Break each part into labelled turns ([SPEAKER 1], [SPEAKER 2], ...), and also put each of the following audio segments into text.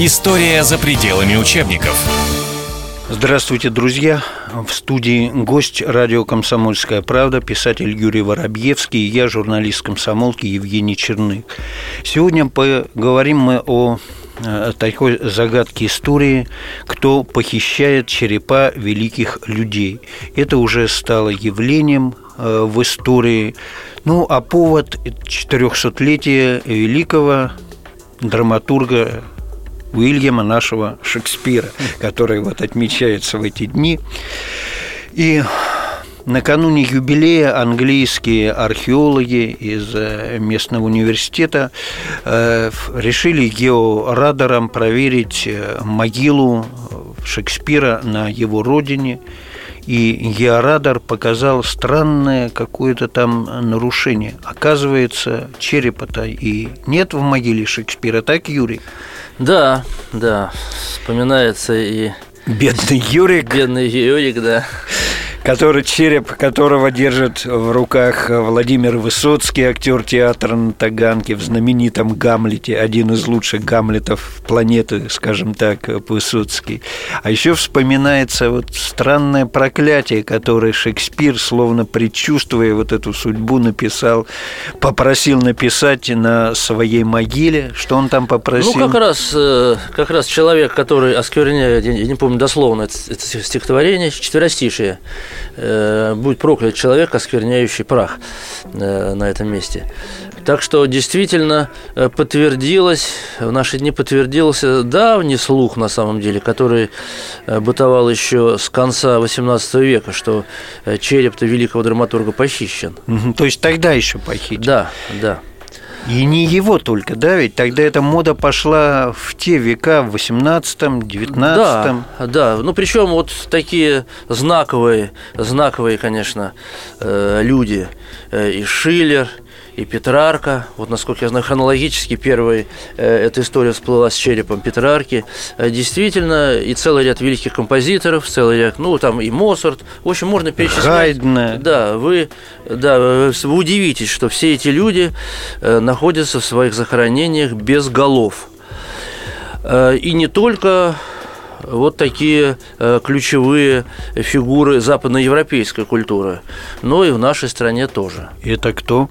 [SPEAKER 1] История за пределами учебников.
[SPEAKER 2] Здравствуйте, друзья! В студии гость радио «Комсомольская правда», писатель Юрий Воробьевский, и я, журналист «Комсомолки» Евгений Черных. Сегодня поговорим мы о такой загадке истории, кто похищает черепа великих людей. Это уже стало явлением в истории. Ну, а повод 400-летия великого драматурга Уильяма нашего Шекспира, который вот отмечается в эти дни. И накануне юбилея английские археологи из местного университета решили георадаром проверить могилу Шекспира на его родине. И георадар показал странное какое-то там нарушение. Оказывается, черепа-то и нет в могиле Шекспира, так, Юрий?
[SPEAKER 3] Да, вспоминается и
[SPEAKER 2] бедный Юрик,
[SPEAKER 3] да.
[SPEAKER 2] Череп которого держит в руках Владимир Высоцкий, актер театра на Таганке, в знаменитом «Гамлете», один из лучших Гамлетов планеты, скажем так, Высоцкий. А еще вспоминается вот странное проклятие, которое Шекспир, словно предчувствуя вот эту судьбу, попросил написать на своей могиле. Что он там попросил?
[SPEAKER 3] Ну, как раз человек, который оскверняет, я не помню дословно это стихотворение, четверостишие: «Будь проклят человек, оскверняющий прах» на этом месте. Так что действительно в наши дни подтвердился давний слух, на самом деле, который бытовал еще с конца XVIII века, что череп-то великого драматурга похищен.
[SPEAKER 2] То есть тогда еще похитили?
[SPEAKER 3] Да.
[SPEAKER 2] И не его только, да? Ведь тогда эта мода пошла в те века, в 18-м, 19-м.
[SPEAKER 3] Да. Ну, причем вот такие знаковые, конечно, люди. И Шиллер, и Петрарка. Вот, насколько я знаю, хронологически первой эта история всплыла с черепом Петрарки. Действительно, и целый ряд великих композиторов, там и Моцарт. В общем, можно перечислять.
[SPEAKER 2] Гайдна.
[SPEAKER 3] Да, вы удивитесь, что все эти люди находятся в своих захоронениях без голов. И не только вот такие ключевые фигуры западноевропейской культуры, но и в нашей стране тоже.
[SPEAKER 2] Это кто?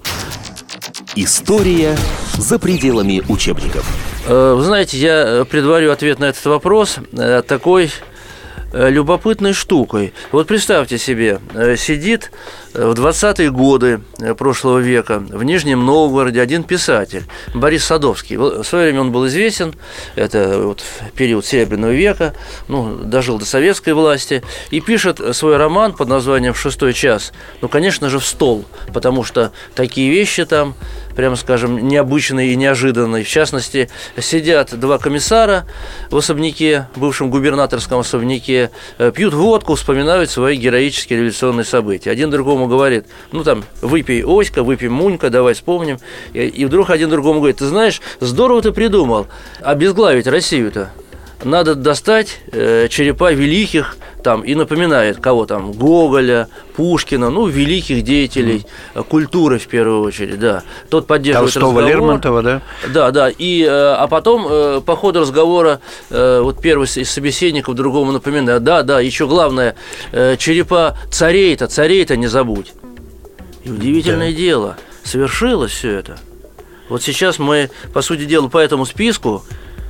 [SPEAKER 1] История за пределами учебников.
[SPEAKER 3] Вы знаете, я предварю ответ на этот вопрос такой любопытной штукой. Вот представьте себе, сидит в 20-е годы прошлого века в Нижнем Новгороде один писатель, Борис Садовский. В свое время он был известен, это вот период Серебряного века, дожил до советской власти, и пишет свой роман под названием «Шестой час». Конечно же, в стол, потому что такие вещи там, прямо скажем, необычные и неожиданные. В частности, сидят два комиссара в особняке, бывшем губернаторском особняке, пьют водку, вспоминают свои героические революционные события. Один другому говорит: выпей Оська, выпей Мунька, давай вспомним. И вдруг один другому говорит: ты знаешь, здорово ты придумал обезглавить Россию-то. Надо достать черепа великих, и напоминает, кого там, Гоголя, Пушкина, великих деятелей культуры в первую очередь, да. Тот поддерживает
[SPEAKER 2] Толстого,
[SPEAKER 3] разговор.
[SPEAKER 2] Лермонтова, да? Да.
[SPEAKER 3] А потом по ходу разговора первый из собеседников другому напоминает: да, еще главное, черепа царей-то не забудь. И удивительное дело, совершилось все это. Вот сейчас мы, по сути дела, по этому списку,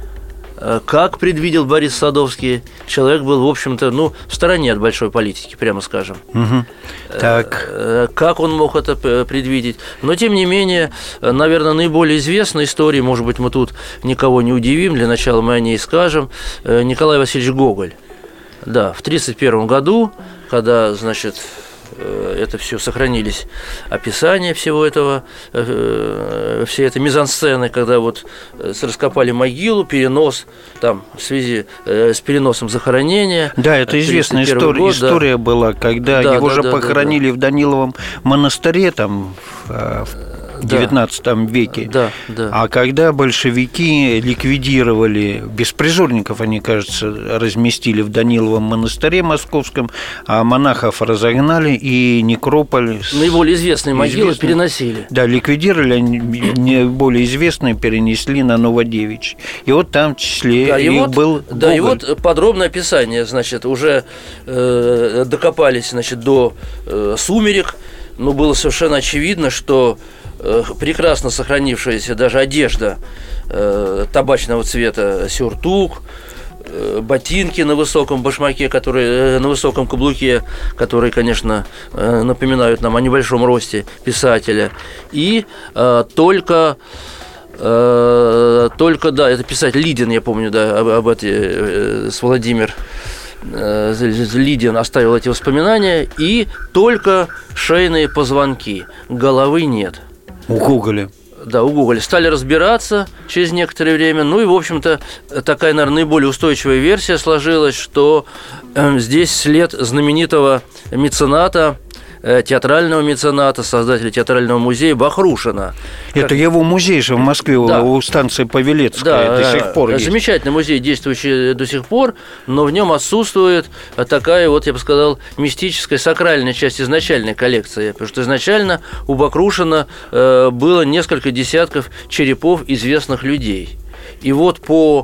[SPEAKER 3] как предвидел Борис Садовский, человек был, в общем-то, в стороне от большой политики, прямо скажем.
[SPEAKER 2] Так.
[SPEAKER 3] Как он мог это предвидеть? Но, тем не менее, наверное, наиболее известная история, может быть, мы тут никого не удивим, для начала мы о ней скажем, Николай Васильевич Гоголь. Да, в 1931 году, когда, это все сохранились описания всего этого, всей этой мизансцены, когда раскопали могилу, перенос в связи с переносом захоронения.
[SPEAKER 2] Да, это известная история была, когда его же похоронили в Даниловом монастыре, в в XIX веке.
[SPEAKER 3] Да.
[SPEAKER 2] А когда большевики ликвидировали беспризорников, они, кажется, разместили в Даниловом монастыре московском, а монахов разогнали, и некрополь...
[SPEAKER 3] Наиболее известные могилы переносили.
[SPEAKER 2] Да, ликвидировали, наиболее известные перенесли на Новодевичий. И вот там в числе их был Гоголь.
[SPEAKER 3] Да, и вот подробное описание, значит, уже докопались, значит, до «Сумерек». Ну, было совершенно очевидно, что прекрасно сохранившаяся даже одежда табачного цвета, сюртук, ботинки на высоком башмаке, на высоком каблуке, которые, конечно, напоминают нам о небольшом росте писателя, и только, да, это писатель Лидин, я помню, да, об этом Владимир Лидин оставил эти воспоминания, и только шейные позвонки, головы нет.
[SPEAKER 2] У Гоголя.
[SPEAKER 3] Да, у Гоголя. Стали разбираться через некоторое время. Ну и, в общем-то, такая, наверное, наиболее устойчивая версия сложилась, что здесь след знаменитого мецената, театрального мецената, создателя театрального музея Бахрушина.
[SPEAKER 2] Это его музей же в Москве, да. У станции Павелецкая, до сих пор есть.
[SPEAKER 3] Замечательный музей, действующий до сих пор, но в нем отсутствует такая, вот я бы сказал, мистическая, сакральная часть изначальной коллекции. Потому что изначально у Бахрушина было несколько десятков черепов известных людей. И вот по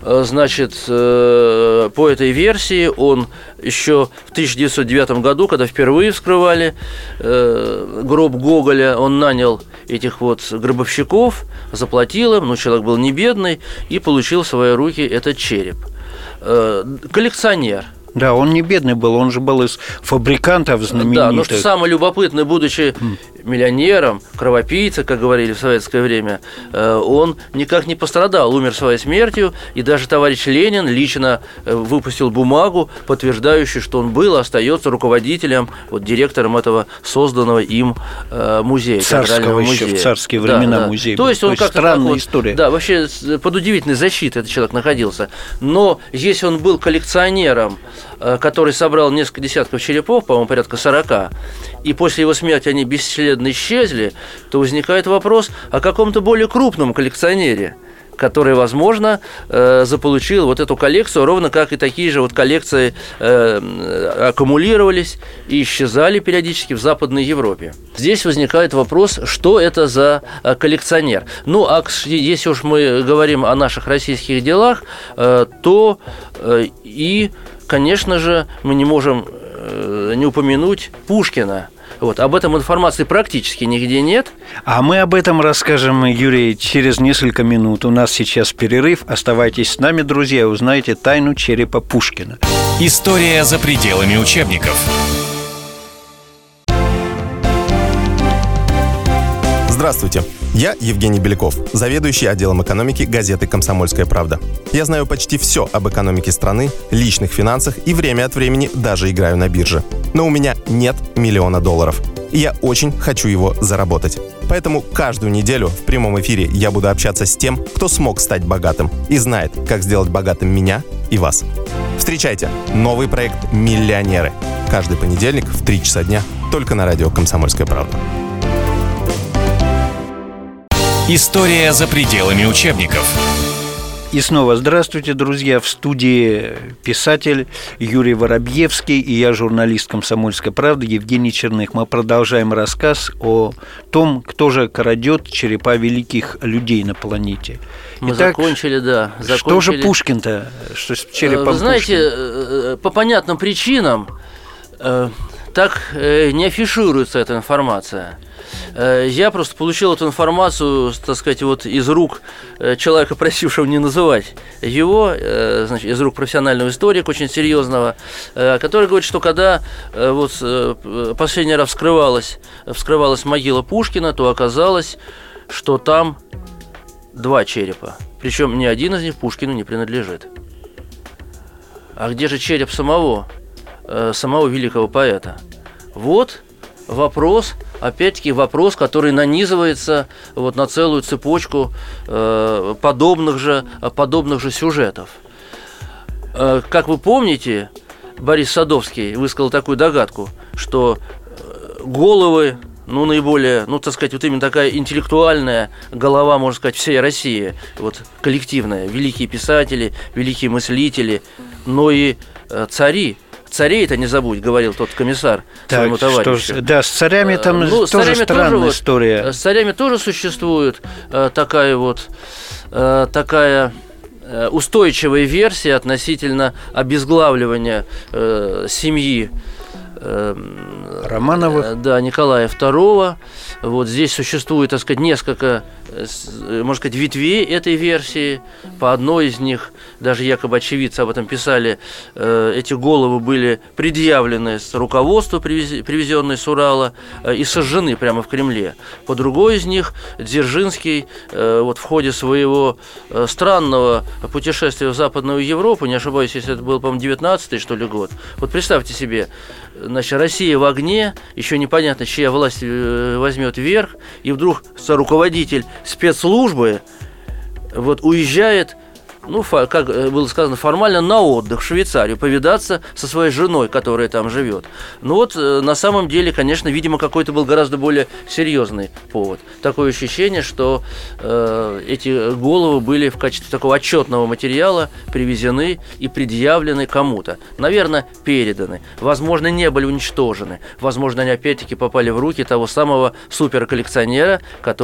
[SPEAKER 3] этой версии он еще в 1909 году, когда впервые вскрывали гроб Гоголя, он нанял этих вот гробовщиков, заплатил им, но человек был не бедный, и получил в свои руки этот череп. Коллекционер.
[SPEAKER 2] Да, он не бедный был, он же был из фабрикантов знаменитых.
[SPEAKER 3] Да, но что самое любопытное, будучи миллионером, кровопийцей, как говорили в советское время, он никак не пострадал, умер своей смертью, и даже товарищ Ленин лично выпустил бумагу, подтверждающую, что он был, остается руководителем, вот, директором этого созданного им музея,
[SPEAKER 2] царского еще музея. В царские времена
[SPEAKER 3] да.
[SPEAKER 2] музея.
[SPEAKER 3] То есть он как-то
[SPEAKER 2] странная история.
[SPEAKER 3] Да, вообще под удивительной защитой этот человек находился. Но если он был коллекционером, который собрал несколько десятков черепов, по-моему, порядка 40, и после его смерти они бесследно исчезли, то возникает вопрос о каком-то более крупном коллекционере, который, возможно, заполучил вот эту коллекцию, ровно как и такие же вот коллекции аккумулировались и исчезали периодически в Западной Европе. Здесь возникает вопрос, что это за коллекционер. Ну, а если уж мы говорим о наших российских делах, то и, конечно же, мы не можем не упомянуть Пушкина. Вот, об этом информации практически нигде нет.
[SPEAKER 2] А мы об этом расскажем, Юрий, через несколько минут. У нас сейчас перерыв. Оставайтесь с нами, друзья, узнаете тайну черепа Пушкина.
[SPEAKER 1] История за пределами учебников.
[SPEAKER 4] Здравствуйте, я Евгений Беляков, заведующий отделом экономики газеты «Комсомольская правда». Я знаю почти все об экономике страны, личных финансах и время от времени даже играю на бирже. Но у меня нет $1 миллиона. И я очень хочу его заработать. Поэтому каждую неделю в прямом эфире я буду общаться с тем, кто смог стать богатым и знает, как сделать богатым меня и вас. Встречайте новый проект «Миллионеры». Каждый понедельник в 3 часа дня только на радио «Комсомольская правда».
[SPEAKER 1] История за пределами учебников.
[SPEAKER 2] И снова здравствуйте, друзья. В студии писатель Юрий Воробьевский и я, журналист «Комсомольской правды» Евгений Черных. Мы продолжаем рассказ о том, кто же крадет черепа великих людей на планете.
[SPEAKER 3] Мы закончили.
[SPEAKER 2] Что же Пушкин-то? Что с черепом
[SPEAKER 3] Вы знаете,
[SPEAKER 2] Пушкина?
[SPEAKER 3] По понятным причинам так не афишируется эта информация. Я просто получил эту информацию, так сказать, вот из рук человека, просившего не называть его, значит, из рук профессионального историка, очень серьезного, который говорит, что когда вот последний раз вскрывалась могила Пушкина, то оказалось, что там 2 черепа. Причем ни один из них Пушкину не принадлежит. А где же череп самого великого поэта? Вот вопрос, опять-таки вопрос, который нанизывается вот на целую цепочку подобных же сюжетов. Как вы помните, Борис Садовский высказал такую догадку, что головы наиболее, так сказать, вот именно такая интеллектуальная голова, можно сказать, всей России, вот коллективная, великие писатели, великие мыслители, но и цари. Царей-то не забудь, говорил тот комиссар своему товарищу.
[SPEAKER 2] Да, с царями там тоже странная история.
[SPEAKER 3] С царями тоже существует такая устойчивая версия относительно обезглавливания семьи
[SPEAKER 2] Романовых.
[SPEAKER 3] Да, Николая II. Вот здесь существует, так сказать, несколько, можно сказать, ветвей этой версии. По одной из них, даже якобы очевидцы об этом писали, эти головы были предъявлены с руководства, привезенные с Урала, и сожжены прямо в Кремле. По другой из них Дзержинский вот в ходе своего странного путешествия в Западную Европу, не ошибаюсь, если это был, по-моему, 19-й, что ли, год. Вот представьте себе, значит, Россия в огне, еще непонятно, чья власть возьмет верх, и вдруг руководитель спецслужбы вот уезжает, как было сказано, формально на отдых в Швейцарию, повидаться со своей женой, которая там живет. На самом деле, конечно, видимо, какой-то был гораздо более серьезный повод. Такое ощущение, что эти головы были в качестве такого отчетного материала привезены и предъявлены кому-то. Наверное, переданы. Возможно, не были уничтожены. Возможно, они опять-таки попали в руки того самого суперколлекционера,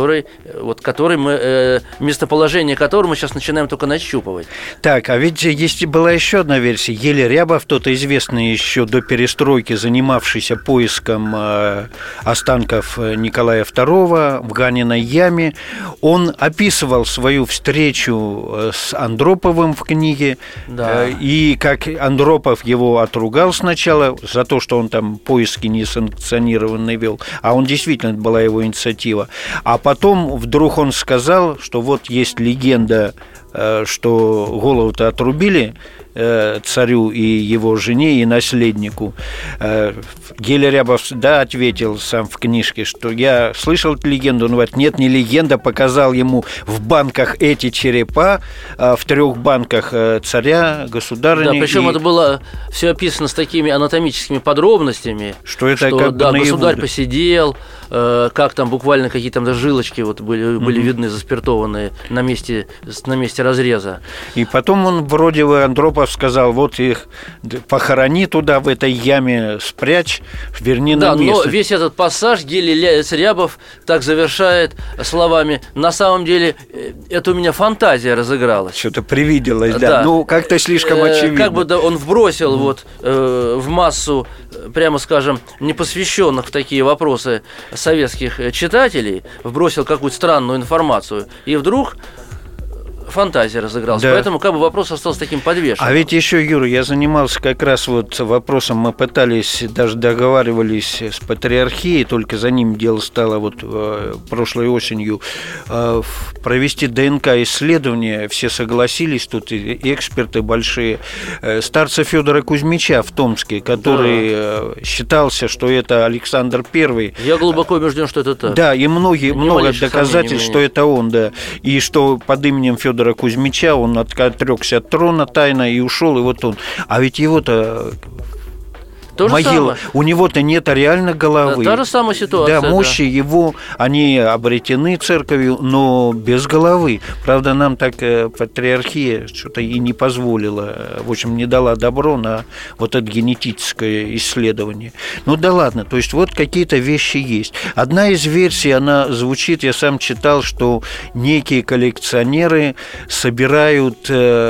[SPEAKER 3] местоположение которого мы сейчас начинаем только нащупывать.
[SPEAKER 2] Так, а ведь была еще одна версия. Еле Рябов, тот известный еще до перестройки, занимавшийся поиском останков Николая II в Ганиной яме, он описывал свою встречу с Андроповым в книге, да. И как Андропов его отругал сначала за то, что он там поиски несанкционированные вел, а он действительно, это была его инициатива. А потом вдруг он сказал, что вот есть легенда, что голову-то отрубили царю и его жене и наследнику. Геля Рябов, ответил сам в книжке, что я слышал эту легенду. Он говорит, нет, не легенда, показал ему в банках эти черепа, в 3 банках царя, государыни. Да,
[SPEAKER 3] причем это было все описано с такими анатомическими подробностями,
[SPEAKER 2] что
[SPEAKER 3] государь посидел, как там буквально какие-то там жилочки были видны заспиртованные на месте разреза.
[SPEAKER 2] И потом он вроде бы, Андропов сказал, вот их похорони туда, в этой яме спрячь, верни на место.
[SPEAKER 3] Но весь этот пассаж Геля Рябов так завершает словами: на самом деле это у меня фантазия разыгралась.
[SPEAKER 2] Что-то привиделось, да. Как-то слишком очевидно.
[SPEAKER 3] Как бы он вбросил в массу, прямо скажем, непосвященных в такие вопросы советских читателей, вбросил какую-то странную информацию, и вдруг фантазия разыгралась. Да. Поэтому вопрос остался таким подвешенным.
[SPEAKER 2] А ведь еще, Юра, я занимался как раз вопросом, мы пытались, даже договаривались с патриархией, только за ним дело стало прошлой осенью, провести ДНК-исследование. Все согласились, тут и эксперты большие. Старца Федора Кузьмича в Томске, который считался, что это Александр I.
[SPEAKER 3] Я глубоко убежден, что это так.
[SPEAKER 2] Да, и много доказательств, что это он, да. И что под именем Федора Кузьмича он отрекся от трона тайно и ушел, и вот он. А ведь его-то могила, у него-то нет реально головы.
[SPEAKER 3] Та же самая ситуация.
[SPEAKER 2] Да, мощи его, они обретены церковью, но без головы. Правда, нам так патриархия что-то и не позволила, в общем, не дала добро на это генетическое исследование. Да ладно, то есть какие-то вещи есть. Одна из версий, она звучит, я сам читал, что некие коллекционеры собирают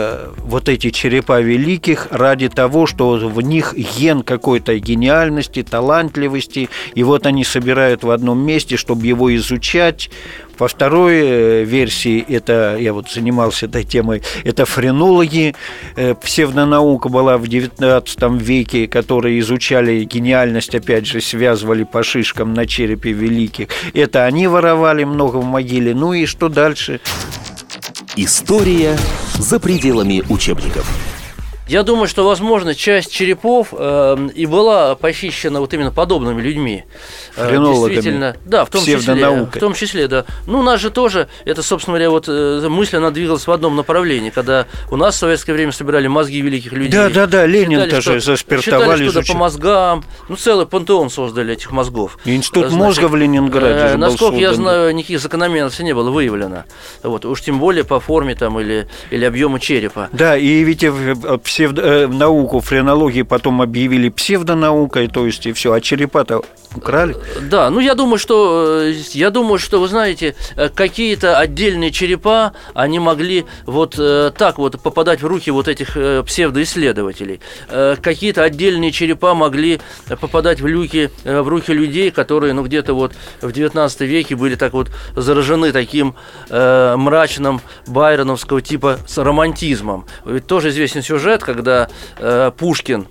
[SPEAKER 2] эти черепа великих ради того, что в них ген какой-то гениальности, талантливости, и они собирают в одном месте, чтобы его изучать. По второй версии, это я занимался этой темой, это френологи, псевдонаука была в XIX веке, которые изучали гениальность, опять же, связывали по шишкам на черепе великих. Это они воровали много в могиле. И что дальше?
[SPEAKER 1] История за пределами учебников.
[SPEAKER 3] Я думаю, что, возможно, часть черепов и была похищена вот именно подобными людьми.
[SPEAKER 2] Френологами.
[SPEAKER 3] Действительно, да, в том числе, да. Ну, у нас же тоже, это, собственно говоря, вот мысль, она двигалась в одном направлении, когда у нас в советское время собирали мозги великих людей.
[SPEAKER 2] Да, Ленин тоже заспиртовали.
[SPEAKER 3] Считали, что по мозгам, целый пантеон создали этих мозгов.
[SPEAKER 2] Институт мозга в Ленинграде же был
[SPEAKER 3] насколько я
[SPEAKER 2] создан.
[SPEAKER 3] знаю, никаких закономерностей не было выявлено. Вот, уж тем более по форме там, или объему черепа.
[SPEAKER 2] Да, и ведь науку френологии потом объявили псевдонаукой, то есть и все, а черепа-то украли.
[SPEAKER 3] Да, я думаю, что вы знаете, какие-то отдельные черепа, они могли вот так вот попадать в руки вот этих псевдоисследователей. Какие-то отдельные черепа могли попадать в руки людей, которые, где-то вот в XIX веке были так вот заражены таким мрачным байроновского типа с романтизмом. Ведь тоже известен сюжет, когда Пушкин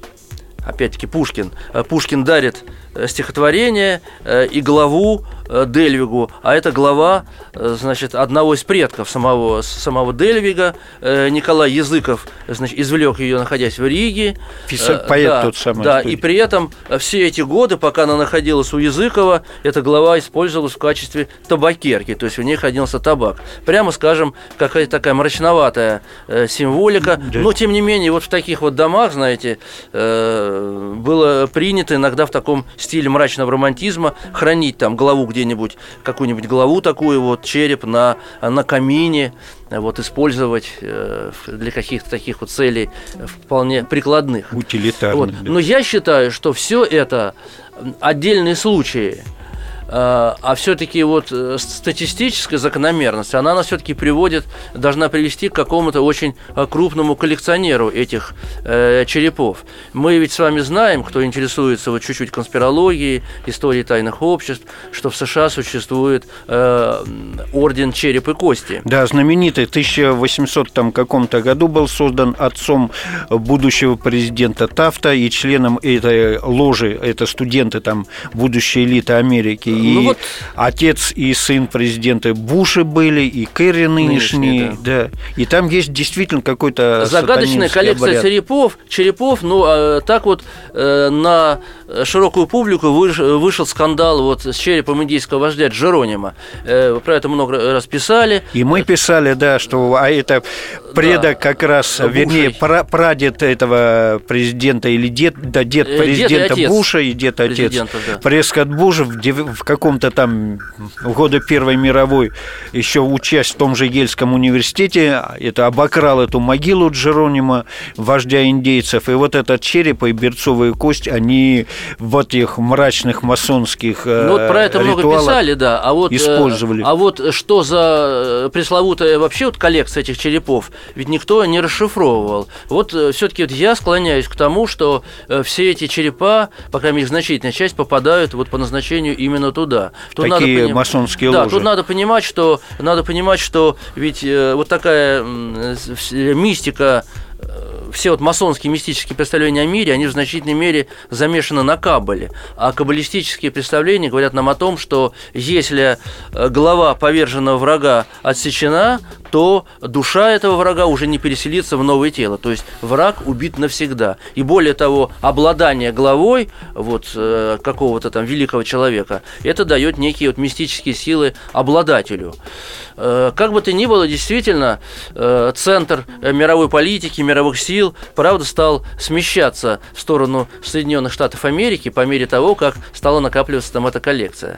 [SPEAKER 3] дарит стихотворение и главу Дельвигу, а это глава, значит, одного из предков самого Дельвига. Николай Языков, значит, извлек ее, находясь в Риге.
[SPEAKER 2] Поэт тот самый.
[SPEAKER 3] Да, и при этом все эти годы, пока она находилась у Языкова, эта глава использовалась в качестве табакерки, то есть в ней хранился табак. Прямо скажем, какая-то такая мрачноватая символика, да. Но тем не менее, вот в таких вот домах, знаете, было принято иногда в таком стиле мрачного романтизма хранить там главу где-нибудь, какую-нибудь главу такую, вот череп на камине, вот использовать для каких-то таких вот целей вполне прикладных.
[SPEAKER 2] Утилитарных.
[SPEAKER 3] Вот.
[SPEAKER 2] Да.
[SPEAKER 3] Но я считаю, что все это отдельные случаи. А все-таки вот статистическая закономерность, она нас все-таки должна привести к какому-то очень крупному коллекционеру этих черепов. Мы ведь с вами знаем, кто интересуется вот чуть-чуть конспирологией, историей тайных обществ, что в США существует орден череп и кости.
[SPEAKER 2] Да, знаменитый, в 1800 каком-то году был создан отцом будущего президента Тафта и членом этой ложи, это студенты там будущей элиты Америки. И отец и сын президента Буша были, и Керри нынешний, да. И там есть действительно какой-то
[SPEAKER 3] загадочная коллекция черепов. Так вот на широкую публику вышел скандал вот с черепом индейского вождя Джеронима. Про это много раз писали.
[SPEAKER 2] И мы писали, да, что это предок как раз, вернее, прадед этого президента или дед президента Буша и дед-отец Прескотт Буш в каком-то там в годы Первой мировой, еще учась в том же Ельском университете, это обокрал эту могилу Джеронима, вождя индейцев, и вот этот череп и берцовая кость, они в этих мрачных масонских
[SPEAKER 3] про это много писали, да,
[SPEAKER 2] использовали.
[SPEAKER 3] А вот что за пресловутая вообще вот коллекция этих черепов, ведь никто не расшифровывал. Вот все-таки я склоняюсь к тому, что все эти черепа, по крайней мере, значительная часть попадают вот по назначению именно туда. Тут
[SPEAKER 2] такие масонские ложи.
[SPEAKER 3] Да, тут надо понимать, что ведь вот такая мистика, все вот масонские мистические представления о мире, они в значительной мере замешаны на Каббале. А каббалистические представления говорят нам о том, что если голова поверженного врага отсечена, то душа этого врага уже не переселится в новое тело. То есть враг убит навсегда. И более того, обладание головой вот какого-то там великого человека, это дает некие вот мистические силы обладателю. Как бы то ни было, действительно, центр мировой политики, мировых сил, правда, стал смещаться в сторону Соединенных Штатов Америки по мере того, как стала накапливаться там эта коллекция.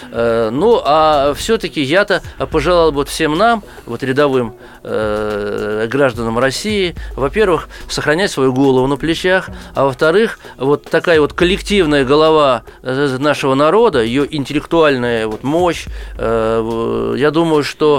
[SPEAKER 3] А все-таки я-то пожелал бы вот всем нам, вот рядовым гражданам России, во-первых, сохранять свою голову на плечах, а во-вторых, вот такая вот коллективная голова нашего народа, ее интеллектуальная вот мощь, я думаю, что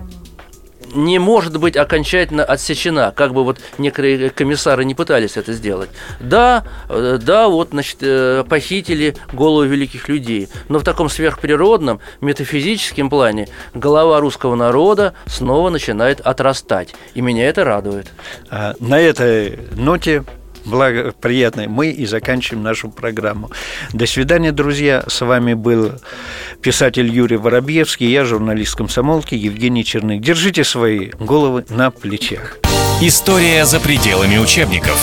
[SPEAKER 3] не может быть окончательно отсечена, как бы вот некоторые комиссары не пытались это сделать. Да, вот, значит, похитили голову великих людей, но в таком сверхприродном, метафизическом плане голова русского народа снова начинает отрастать, и меня это радует.
[SPEAKER 2] На этой ноте благоприятной мы и заканчиваем нашу программу. До свидания, друзья. С вами был писатель Юрий Воробьевский, я журналист комсомолки Евгений Черных. Держите свои головы на плечах.
[SPEAKER 1] История за пределами учебников.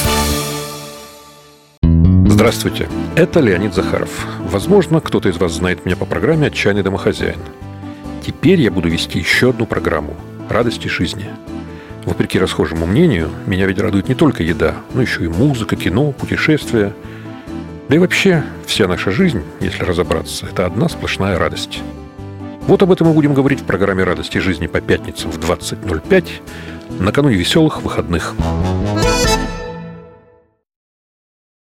[SPEAKER 5] Здравствуйте, это Леонид Захаров. Возможно, кто-то из вас знает меня по программе «Отчаянный домохозяин». Теперь я буду вести еще одну программу «Радости жизни». Вопреки расхожему мнению, меня ведь радует не только еда, но еще и музыка, кино, путешествия. Да и вообще, вся наша жизнь, если разобраться, это одна сплошная радость. Вот об этом мы будем говорить в программе «Радости жизни» по пятницам в 20:05, накануне веселых выходных.